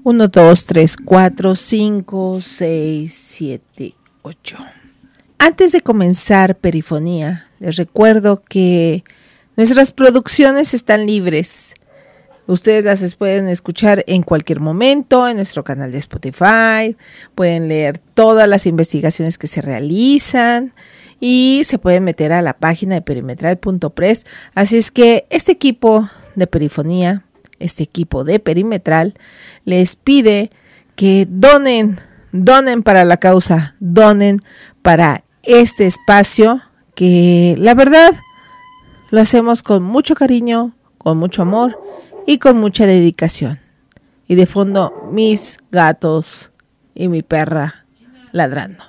1, 2, 3, 4, 5, 6, 7, 8. Antes de comenzar Perifonía, les recuerdo que nuestras producciones están libres. Ustedes las pueden escuchar en cualquier momento en nuestro canal de Spotify. Pueden leer todas las investigaciones que se realizan y se pueden meter a la página de perimetral.press. Así es que este equipo de Perifonía, este equipo de Perimetral, les pide que donen para la causa, donen para este espacio que la verdad lo hacemos con mucho cariño, con mucho amor y con mucha dedicación. Y de fondo mis gatos y mi perra ladrando.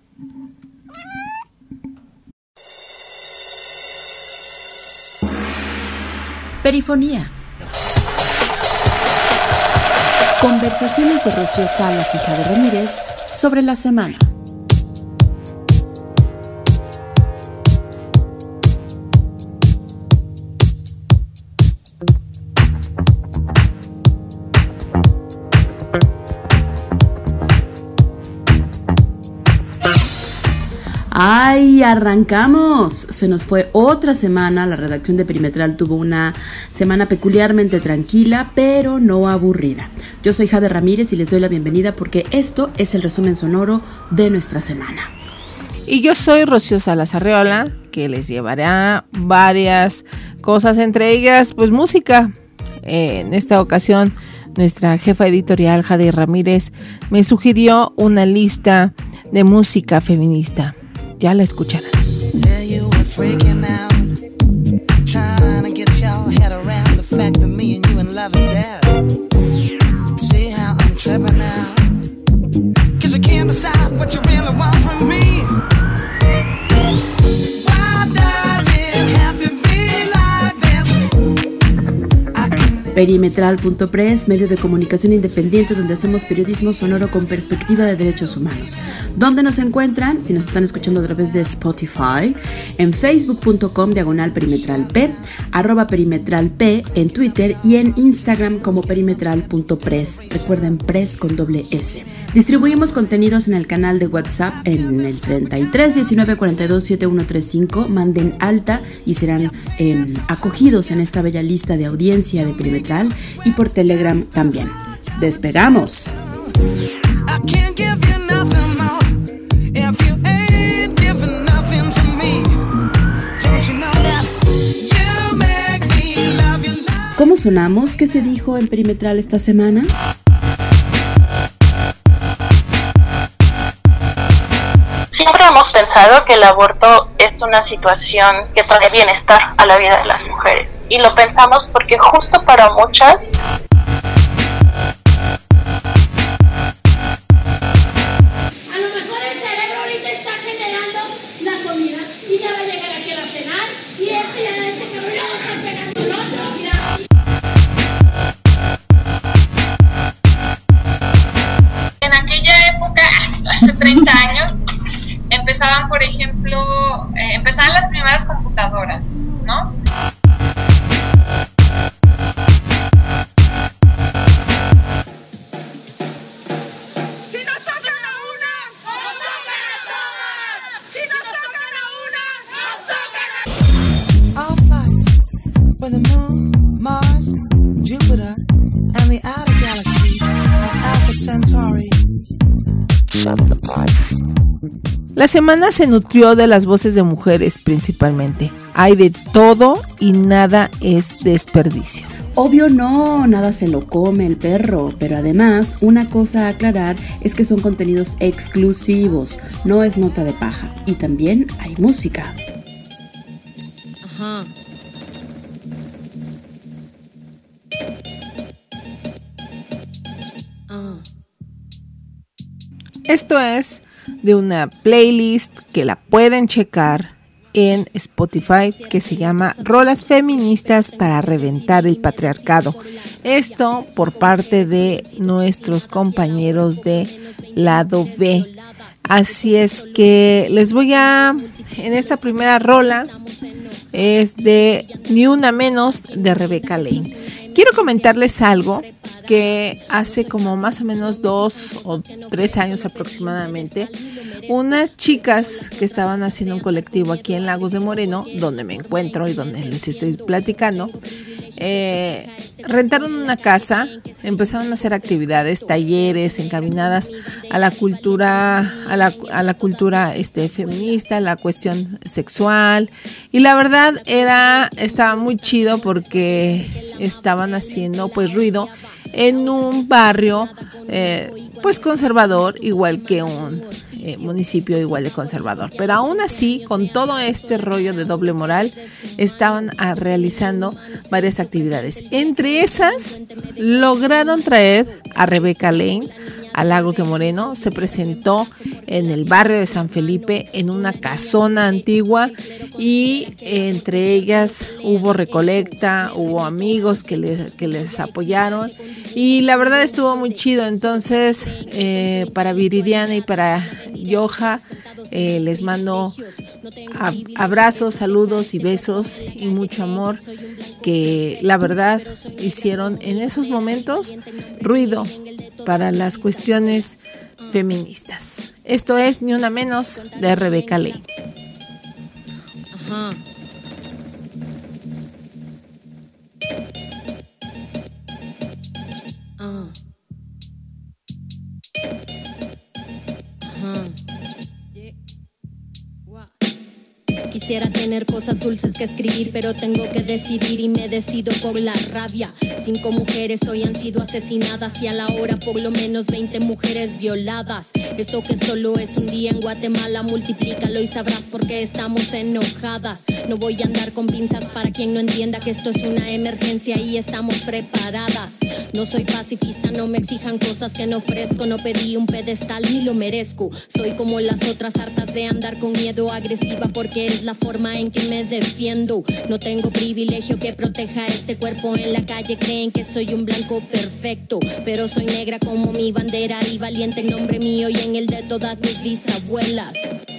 Perifonía. Conversaciones de Rocío Salas y Jade Ramírez sobre la semana. ¡Ay, arrancamos! Se nos fue otra semana. La redacción de Perimetral tuvo una semana peculiarmente tranquila, pero no aburrida. Yo soy Jade Ramírez y les doy la bienvenida porque esto es el resumen sonoro de nuestra semana. Y yo soy Rocío Salas Arreola, que les llevará varias cosas, entre ellas, pues música. En esta ocasión, nuestra jefa editorial, Jade Ramírez, me sugirió una lista de música feminista. Ya la escucharán. Perimetral.press, medio de comunicación independiente donde hacemos periodismo sonoro con perspectiva de derechos humanos. ¿Dónde nos encuentran? Si nos están escuchando a través de Spotify, en facebook.com/perimetralp, @perimetralp, en Twitter y en Instagram como perimetral.press. Recuerden, press con doble S. Distribuimos contenidos en el canal de WhatsApp en el 33 19 42 7135. Manden alta y serán acogidos en esta bella lista de audiencia de Perimetral y por Telegram también. ¡Despegamos! ¿Cómo sonamos? ¿Qué se dijo en Perimetral esta semana? Siempre hemos pensado que el aborto es una situación que trae bienestar a la vida de las mujeres. Y lo pensamos porque justo para muchas a lo mejor el cerebro ahorita está generando la comida y ya va a llegar aquí a cenar y este ya dice que voy a estar pegando el otro. En aquella época, hace 30 años, empezaban, por ejemplo, empezaban las primeras computadoras, ¿no? La semana se nutrió de las voces de mujeres principalmente. Hay de todo y nada es desperdicio. Obvio no, nada se lo come el perro, pero además una cosa a aclarar es que son contenidos exclusivos, no es nota de paja y también hay música. Ajá. Esto es de una playlist que la pueden checar en Spotify que se llama Rolas Feministas para Reventar el Patriarcado. Esto por parte de nuestros compañeros de Lado B. Así es que les voy a, en esta primera rola, es de Ni Una Menos de Rebeca Lane. Quiero comentarles algo que hace como más o menos 2 o 3 años aproximadamente, unas chicas que estaban haciendo un colectivo aquí en Lagos de Moreno, donde me encuentro y donde les estoy platicando, rentaron una casa, empezaron a hacer actividades, talleres encaminadas a la cultura, a la cultura feminista, a la cuestión sexual, y la verdad estaba muy chido porque estaban haciendo pues ruido en un barrio pues conservador, igual que un municipio igual de conservador, pero aún así, con todo este rollo de doble moral, estaban realizando varias actividades. Entre esas, lograron traer a Rebeca Lane a Lagos de Moreno. Se presentó en el barrio de San Felipe en una casona antigua, y entre ellas hubo recolecta, hubo amigos que les apoyaron, y la verdad estuvo muy chido. Entonces para Viridiana y para Yoja les mando abrazos, saludos y besos y mucho amor, que la verdad hicieron en esos momentos ruido para las cuestiones feministas. Esto es Ni Una Menos de Rebeca Lane. Ajá. Quisiera tener cosas dulces que escribir, pero tengo que decidir y me decido por la rabia. 5 mujeres hoy han sido asesinadas y a la hora por lo menos 20 mujeres violadas. Eso que solo es un día en Guatemala, multiplícalo y sabrás por qué estamos enojadas. No voy a andar con pinzas para quien no entienda que esto es una emergencia y estamos preparadas. No soy pacifista, no me exijan cosas que no ofrezco. No pedí un pedestal ni lo merezco. Soy como las otras, hartas de andar con miedo, agresiva porque es la forma en que me defiendo. No tengo privilegio que proteja este cuerpo. En la calle creen que soy un blanco perfecto, pero soy negra como mi bandera y valiente en nombre mío y en el de todas mis bisabuelas.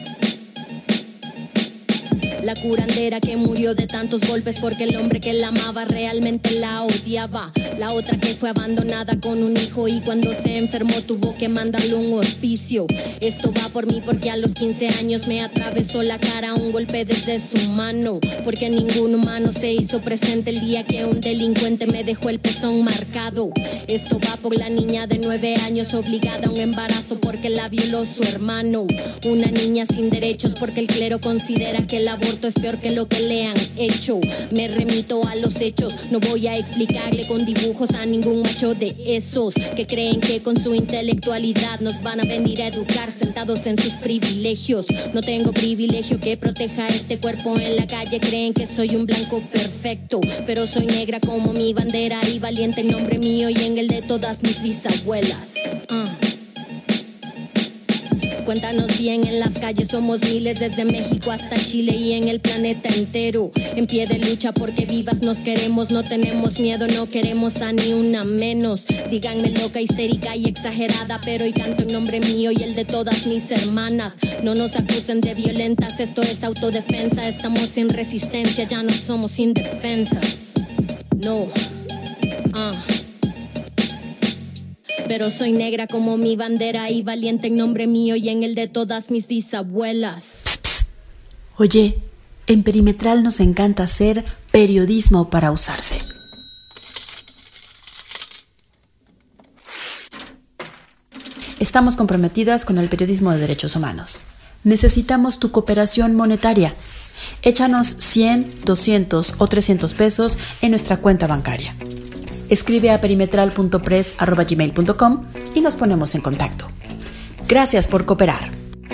La curandera que murió de tantos golpes porque el hombre que la amaba realmente la odiaba. La otra que fue abandonada con un hijo y cuando se enfermó tuvo que mandarle un hospicio. Esto va por mí porque a los 15 años me atravesó la cara un golpe desde su mano. Porque ningún humano se hizo presente el día que un delincuente me dejó el pezón marcado. Esto va por la niña de 9 años obligada a un embarazo porque la violó su hermano. Una niña sin derechos porque el clero considera que el aborto es peor que lo que le han hecho. Me remito a los hechos, no voy a explicarle con dibujos a ningún macho de esos que creen que con su intelectualidad nos van a venir a educar sentados en sus privilegios. No tengo privilegio que proteja este cuerpo. En la calle creen que soy un blanco perfecto, pero soy negra como mi bandera y valiente en nombre mío y en el de todas mis bisabuelas. Cuéntanos bien, en las calles somos miles, desde México hasta Chile y en el planeta entero. En pie de lucha porque vivas nos queremos, no tenemos miedo, no queremos a ni una menos. Díganme loca, histérica y exagerada, pero hoy canto en nombre mío y el de todas mis hermanas. No nos acusen de violentas, esto es autodefensa. Estamos sin resistencia, ya no somos indefensas. No, pero soy negra como mi bandera y valiente en nombre mío y en el de todas mis bisabuelas. Psst, psst. Oye, en Perimetral nos encanta hacer periodismo para usarse. Estamos comprometidas con el periodismo de derechos humanos. Necesitamos tu cooperación monetaria. Échanos 100, 200 o 300 pesos en nuestra cuenta bancaria. Escribe a perimetral.press@gmail.com y nos ponemos en contacto. Gracias por cooperar.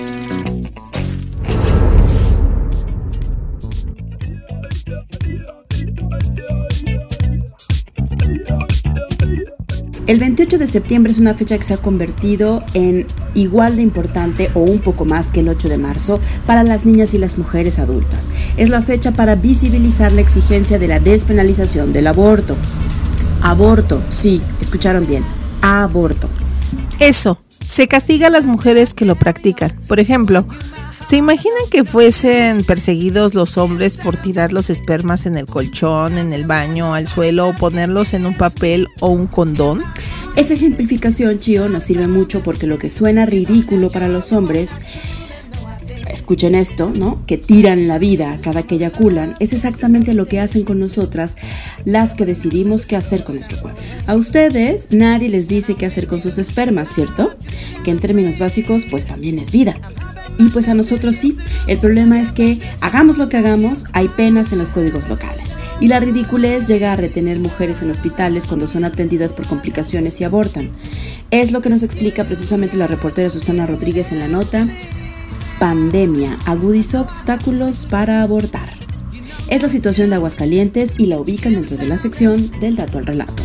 El 28 de septiembre es una fecha que se ha convertido en igual de importante o un poco más que el 8 de marzo para las niñas y las mujeres adultas. Es la fecha para visibilizar la exigencia de la despenalización del aborto. Aborto, sí, escucharon bien, aborto. Eso, se castiga a las mujeres que lo practican. Por ejemplo, ¿Se imaginan que fuesen perseguidos los hombres por tirar los espermas en el colchón, en el baño, al suelo o ponerlos en un papel o un condón? Esa ejemplificación, Chio, nos sirve mucho porque lo que suena ridículo para los hombres, escuchen esto, ¿no? Que tiran la vida cada que eyaculan, es exactamente lo que hacen con nosotras, las que decidimos qué hacer con nuestro cuerpo. A ustedes nadie les dice qué hacer con sus espermas, ¿cierto? Que en términos básicos, pues también es vida. Y pues a nosotros sí. El problema es que hagamos lo que hagamos, hay penas en los códigos locales. Y la ridiculez llega a retener mujeres en hospitales cuando son atendidas por complicaciones y abortan. Es lo que nos explica precisamente la reportera Susana Rodríguez en la nota Pandemia agudizó obstáculos para abortar. Es la situación de Aguascalientes y la ubican dentro de la sección del dato al relato.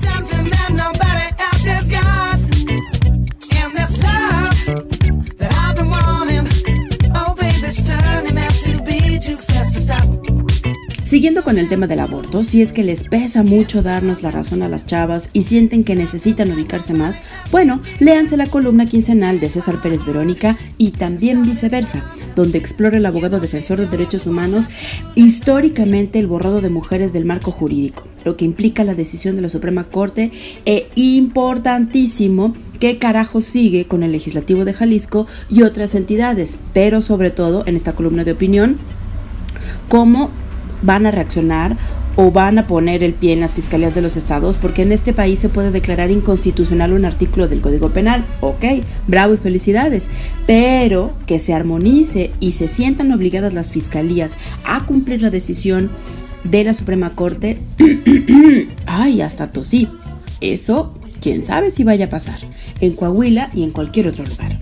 Siguiendo con el tema del aborto, si es que les pesa mucho darnos la razón a las chavas y sienten que necesitan ubicarse más, bueno, léanse la columna quincenal de César Pérez Verónica y también viceversa, donde explora el abogado defensor de derechos humanos históricamente el borrado de mujeres del marco jurídico, lo que implica la decisión de la Suprema Corte e importantísimo qué carajo sigue con el legislativo de Jalisco y otras entidades, pero sobre todo en esta columna de opinión, cómo van a reaccionar o van a poner el pie en las fiscalías de los estados, porque en este país se puede declarar inconstitucional un artículo del Código Penal. Ok, bravo y felicidades, pero que se armonice y se sientan obligadas las fiscalías a cumplir la decisión de la Suprema Corte. Ay, hasta tosí. Eso, quién sabe si vaya a pasar en Coahuila y en cualquier otro lugar.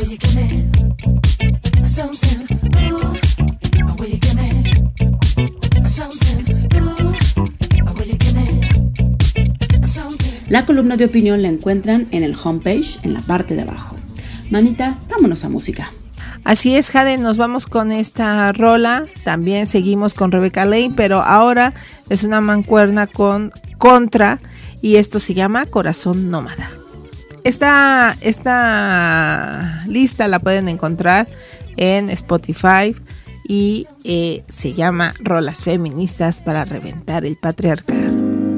La columna de opinión la encuentran en el homepage, en la parte de abajo. Manita, vámonos a música. Así es, Jade, nos vamos con esta rola. También seguimos con Rebecca Lane, pero ahora es una mancuerna con Contra y esto se llama Corazón Nómada. Esta lista la pueden encontrar en Spotify y se llama Rolas Feministas para Reventar el Patriarcado.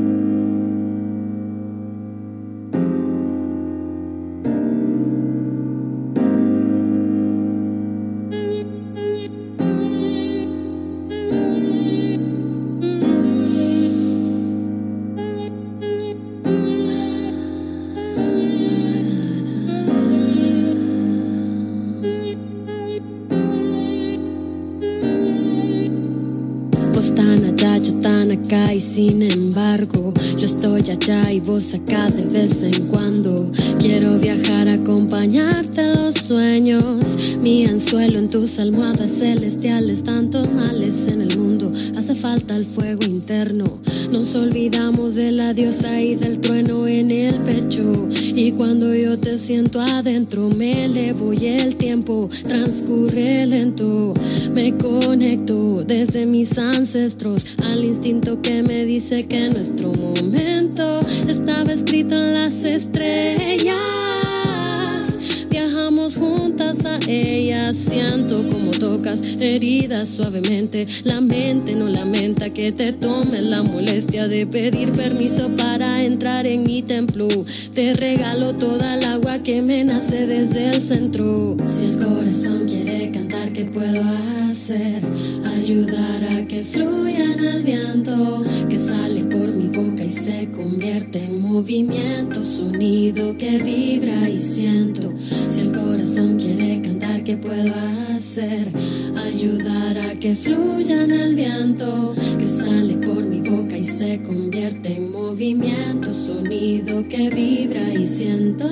Y sin embargo, yo estoy allá y vos acá de vez en cuando. Quiero viajar, acompañarte a los sueños. Mi anzuelo en tus almohadas celestiales. Tantos males en el mundo, hace falta el fuego interno. Nos olvidamos de la diosa y del trueno en el pecho. Y cuando yo te siento adentro, me elevo y el tiempo transcurre lento. Me conecto desde mis ancestros al instinto que me dice que nuestro momento estaba escrito en las estrellas. Viajamos juntas a ellas. Siento como tocas heridas suavemente. La mente no lamenta que te tomes la molestia de pedir permiso para entrar en mi templo. Te regalo toda el agua que me nace desde el centro. Si el corazón quiere cantar, ¿qué puedo hacer? Ayudar a que fluya en el viento que sale por mi boca y se convierte en movimiento, sonido que vibra y siento. Si el corazón quiere cantar, ¿qué puedo hacer? Ayudar a que fluya en el viento que sale por mi boca y se convierte en movimiento, sonido que vibra y siento.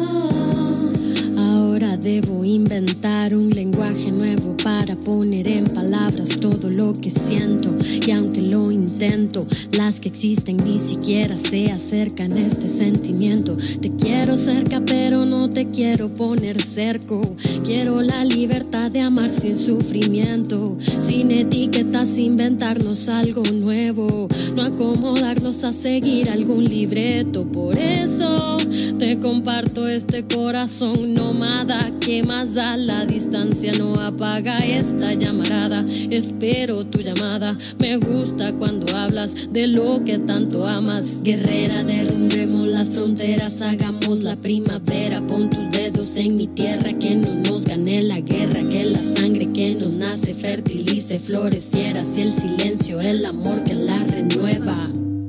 Ahora debo inventar un lenguaje nuevo para poner en palabras todo lo que siento. Y aunque lo intento, las que existen ni siquiera se acercan a este sentimiento. Te quiero cerca pero no te quiero poner cerco. Quiero la libertad de amar sin sufrimiento, sin etiquetas, inventarnos algo nuevo, no acomodarnos a seguir algún libreto. Por eso Te comparto este corazón nómada, que más da la distancia, no apaga esta llamarada. Espero tu llamada, me gusta cuando hablas de lo que tanto amas. Guerrera, derrumbemos las fronteras, hagamos la primavera. Pon tus dedos en mi tierra, que no nos gane la guerra, que la sangre que nos nace fertilice flores fieras y el silencio, el amor que la renueva.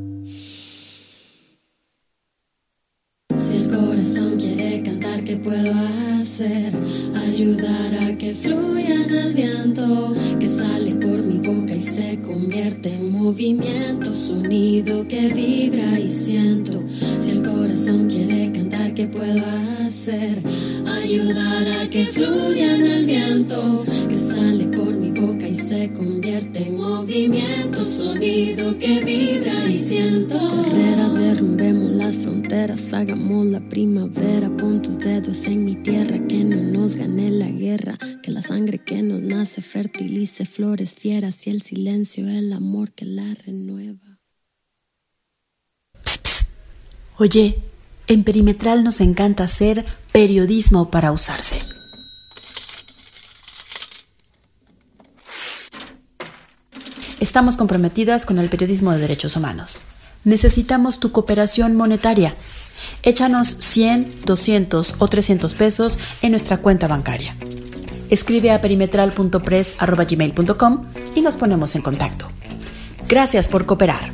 Si el corazón quiere cantar, ¿qué puedo hacer? Ayudar a que fluya en el viento, que sale por mi boca y se convierte en movimiento, sonido que vibra y siento. Si el corazón quiere cantar, ¿qué puedo hacer? Ayudar a que fluya en el viento, que sale por mi boca y se convierte en movimiento, sonido que vibra y siento. Guerrera, derrumbemos las fronteras, hagamos la primavera. Pon tus dedos en mi tierra, que no nos gane la guerra, que la sangre que nos nace fertilice flores fieras y el silencio, el amor que la renueva. Psst, psst. Oye, en Perimetral nos encanta hacer periodismo para usarse. Estamos comprometidas con el periodismo de derechos humanos. Necesitamos tu cooperación monetaria. Échanos 100, 200 o 300 pesos en nuestra cuenta bancaria. Escribe a perimetral.press@gmail.com y nos ponemos en contacto. Gracias por cooperar.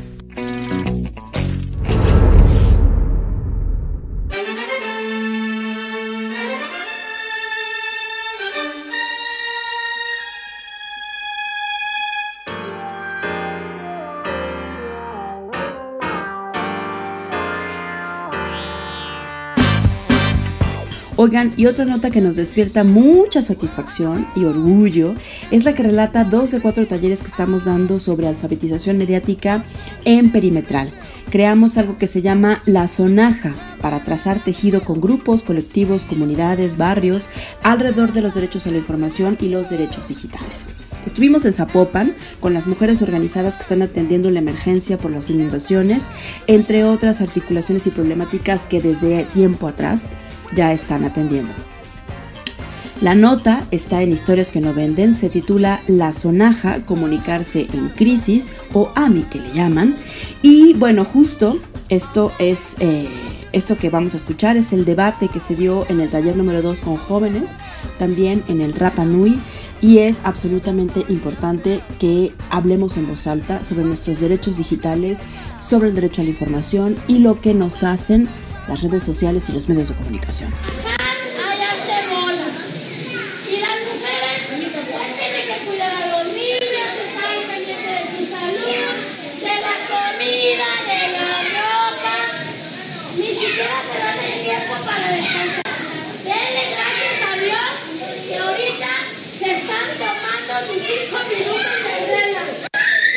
Oigan, y otra nota que nos despierta mucha satisfacción y orgullo es la que relata 2 de 4 talleres que estamos dando sobre alfabetización mediática en Perimetral. Creamos algo que se llama La Sonaja, para trazar tejido con grupos, colectivos, comunidades, barrios, alrededor de los derechos a la información y los derechos digitales. Estuvimos en Zapopan con las mujeres organizadas que están atendiendo la emergencia por las inundaciones, entre otras articulaciones y problemáticas que desde tiempo atrás ya están atendiendo. La nota está en Historias que no venden, se titula La Sonaja, comunicarse en crisis, o AMI que le llaman, y bueno, justo esto que vamos a escuchar es el debate que se dio en el taller número 2 con jóvenes, también en el Rapa Nui, y es absolutamente importante que hablemos en voz alta sobre nuestros derechos digitales, sobre el derecho a la información y lo que nos hacen las redes sociales y los medios de comunicación. Háganse bolas. Y las mujeres pues tienen que cuidar a los niños, estar pendientes de su salud, de la comida, de la ropa. Ni siquiera se dan el tiempo para descansar. Denle gracias a Dios que ahorita se están tomando sus 5 minutos de relax.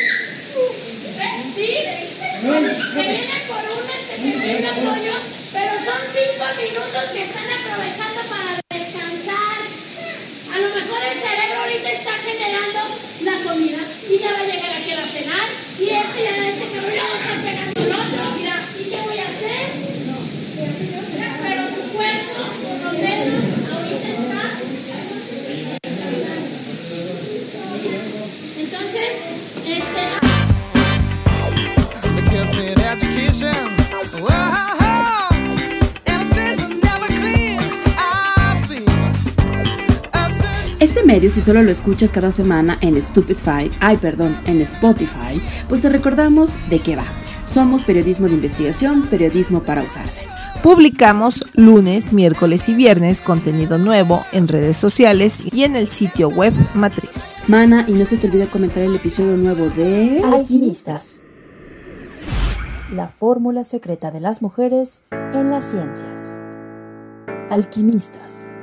¿Sí? Que vienen por una pequeña apoyo, pero son 5 minutos que están aprovechando para descansar. A lo mejor el cerebro ahorita está generando la comida y ya va a llegar aquí a cenar y ya que me va a estar pegando el otro. Mira, ¿y qué voy a hacer? Pero su cuerpo, por lo menos, ahorita está. Entonces, Este medio, si solo lo escuchas cada semana en Spotify, pues te recordamos de qué va. Somos periodismo de investigación, periodismo para usarse. Publicamos lunes, miércoles y viernes contenido nuevo en redes sociales y en el sitio web Matriz. Mana, y no se te olvide comentar el episodio nuevo de Alquimistas. La fórmula secreta de las mujeres en las ciencias. Alquimistas.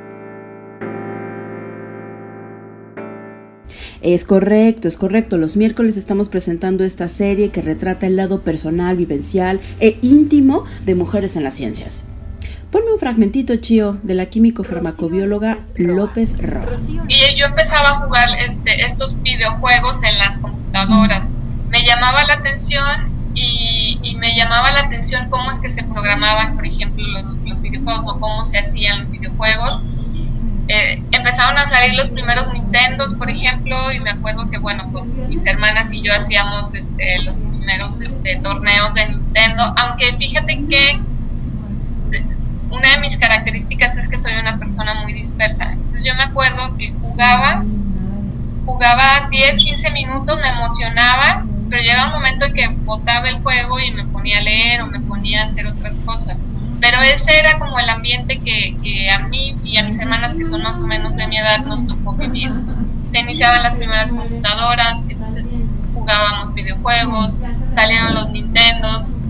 Es correcto. Los miércoles estamos presentando esta serie que retrata el lado personal, vivencial e íntimo de mujeres en las ciencias. Ponme un fragmentito, Chío, de la químico-farmacobióloga López Roa. Y yo empezaba a jugar estos videojuegos en las computadoras. Me llamaba la atención y me llamaba la atención cómo es que se programaban, por ejemplo, los videojuegos o cómo se hacían los videojuegos. Empezaron a salir los primeros Nintendos, por ejemplo, y me acuerdo que, bueno, pues mis hermanas y yo hacíamos los primeros torneos de Nintendo, aunque fíjate que una de mis características es que soy una persona muy dispersa. Entonces yo me acuerdo que jugaba 10, 15 minutos, me emocionaba, pero llegaba un momento en que botaba el juego y me ponía a leer o me ponía a hacer otras cosas. Pero ese era como el ambiente que a mí y a mis hermanas, que son más o menos de mi edad, nos tocó vivir. Se iniciaban las primeras computadoras, entonces jugábamos videojuegos, salieron los Nintendos,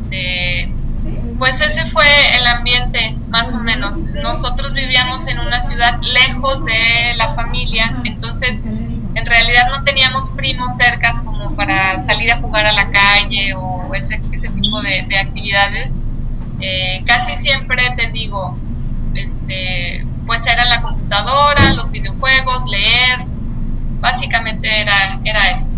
pues ese fue el ambiente más o menos. Nosotros vivíamos en una ciudad lejos de la familia, entonces en realidad no teníamos primos cercas como para salir a jugar a la calle o ese tipo de actividades. Casi siempre, te digo, pues era la computadora, los videojuegos, leer, básicamente era eso.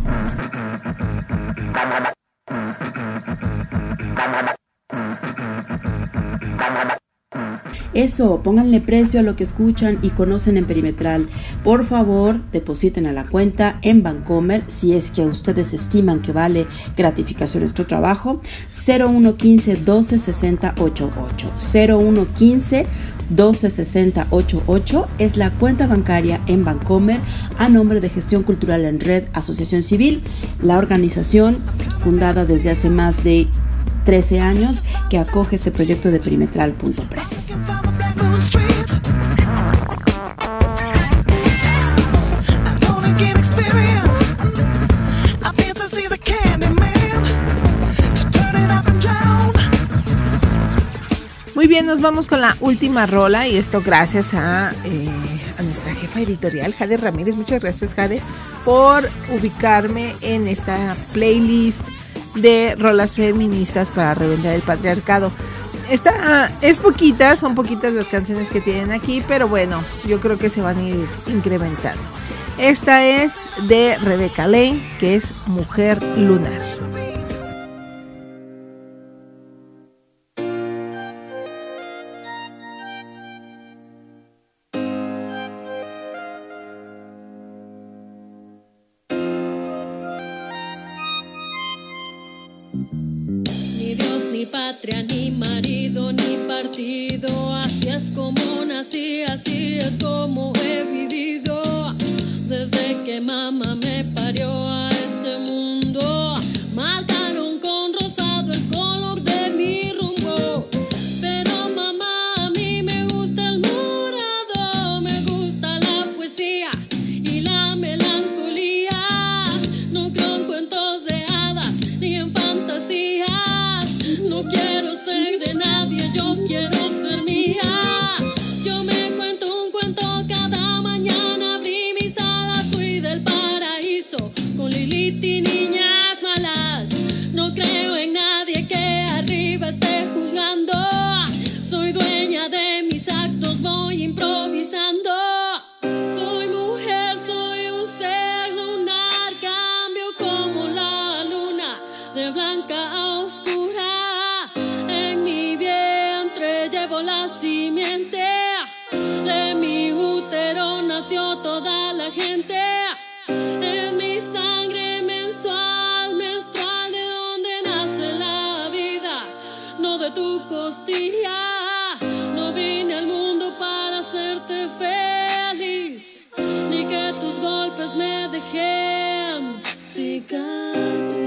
Eso, pónganle precio a lo que escuchan y conocen en Perimetral. Por favor, depositen a la cuenta en Bancomer, si es que ustedes estiman que vale gratificación nuestro trabajo, 0115 12 60 88. 0115 12 60 88 es la cuenta bancaria en Bancomer a nombre de Gestión Cultural en Red Asociación Civil, la organización fundada desde hace más de 13 años que acoge este proyecto de perimetral.press. Muy bien, nos vamos con la última rola y esto gracias a nuestra jefa editorial, Jade Ramírez. Muchas gracias, Jade, por ubicarme en esta playlist de rolas feministas para reventar el patriarcado. Esta es poquita, son poquitas las canciones que tienen aquí, pero bueno, yo creo que se van a ir incrementando. Esta es de Rebecca Lane, que es Mujer Lunar. Ni Dios, ni patria, ni marido, ni partido. Así es como nací, así es como he vivido. Desde que mamá me parió a este mundo, marcaron con rosado el color de mi rumbo. Pero mamá, a mí me gusta el morado, me gusta la poesía y la melancolía. No creo en cuentos de hadas ni en fantasías. No quiero ser de nadie, yo quiero ser mía. Yo me cuento un cuento cada mañana, abrí mis alas, fui del paraíso con Lilith y niñas malas. No creo en nadie que arriba esté juzgando. Soy dueña de mis actos, voy improvisando. Soy mujer, soy un ser lunar, cambio como la luna de blanca a oscura. En mi vientre llevo la simiente, de mi útero nació toda la gente. En mi sangre menstrual, de donde nace la vida, no de tu costilla. No vine al mundo para hacerte feliz, ni que tus golpes me dejen cicatriz.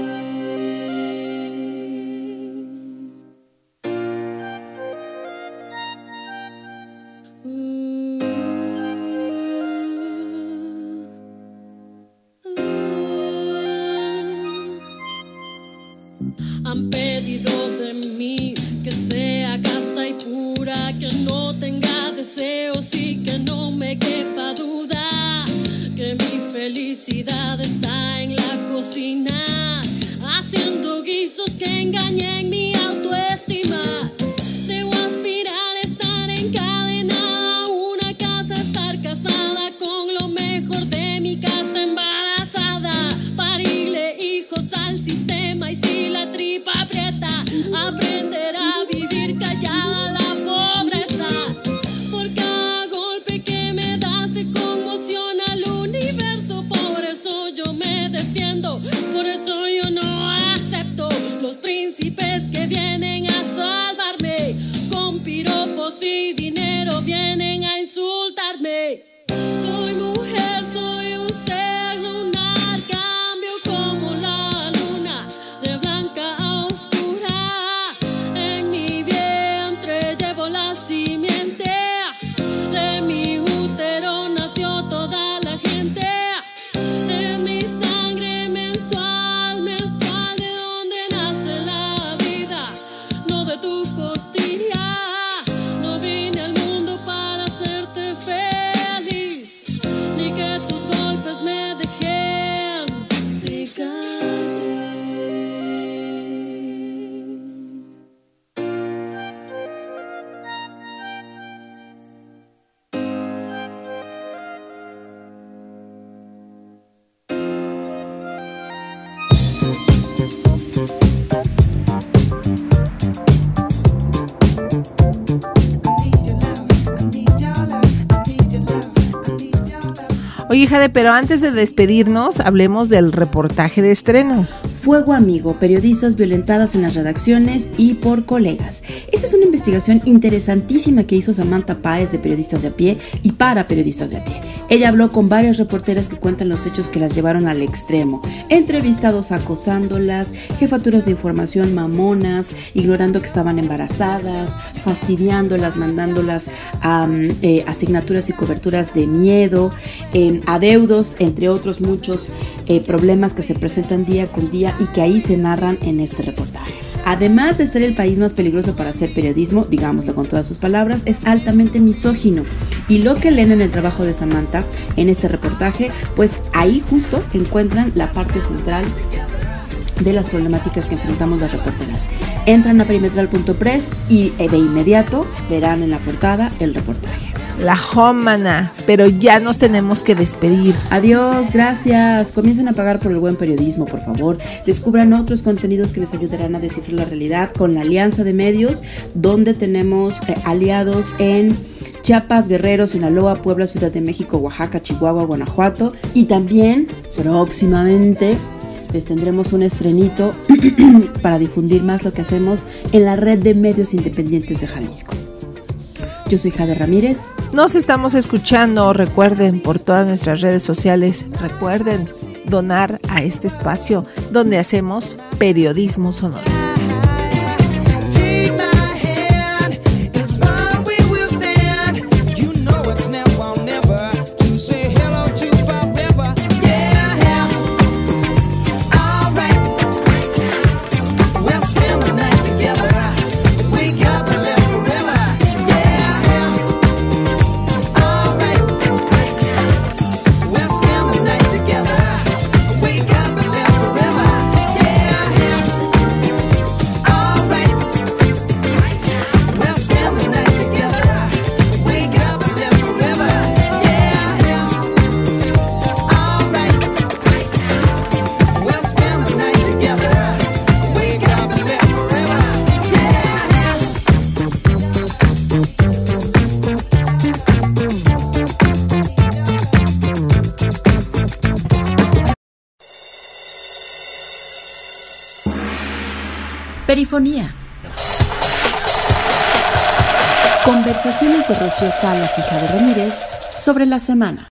Han pedido de mí que sea casta y pura, que no tenga deseos y que no me quepa duda, que mi felicidad está en la cocina, haciendo guisos que engañen mi autoestima. Debo aspirar a estar encadenada a una casa, estar casada con lo mejor de mi casta, embarazada, parirle hijos al sistema, y si la tripa Oye, Jade, pero antes de despedirnos, hablemos del reportaje de estreno. Fuego amigo, periodistas violentadas en las redacciones y por colegas. Esa es una investigación interesantísima que hizo Samantha Páez de Periodistas de a Pie y para Periodistas de a Pie. Ella habló con varias reporteras que cuentan los hechos que las llevaron al extremo. Entrevistados acosándolas, jefaturas de información mamonas, ignorando que estaban embarazadas, fastidiándolas, mandándolas a asignaturas y coberturas de miedo, adeudos, entre otros muchos problemas que se presentan día con día y que ahí se narran en este reportaje. Además de ser el país más peligroso para hacer periodismo, digámoslo con todas sus palabras, es altamente misógino. Y lo que leen en el trabajo de Samantha en este reportaje, pues ahí justo encuentran la parte central de las problemáticas que enfrentamos las reporteras. Entran a perimetral.press y de inmediato verán en la portada el reportaje. La Homana, pero ya nos tenemos que despedir. Adiós, gracias. Comiencen a pagar por el buen periodismo, por favor. Descubran otros contenidos que les ayudarán a descifrar la realidad con la Alianza de Medios, donde tenemos aliados en Chiapas, Guerrero, Sinaloa, Puebla, Ciudad de México, Oaxaca, Chihuahua, Guanajuato. Y también, próximamente, les tendremos un estrenito para difundir más lo que hacemos en la red de medios independientes de Jalisco. Yo soy Jade Ramírez. Nos estamos escuchando, recuerden, por todas nuestras redes sociales, recuerden donar a este espacio donde hacemos periodismo sonoro. Perifonía. Conversaciones de Rocío Salas y Jade Ramírez sobre la semana.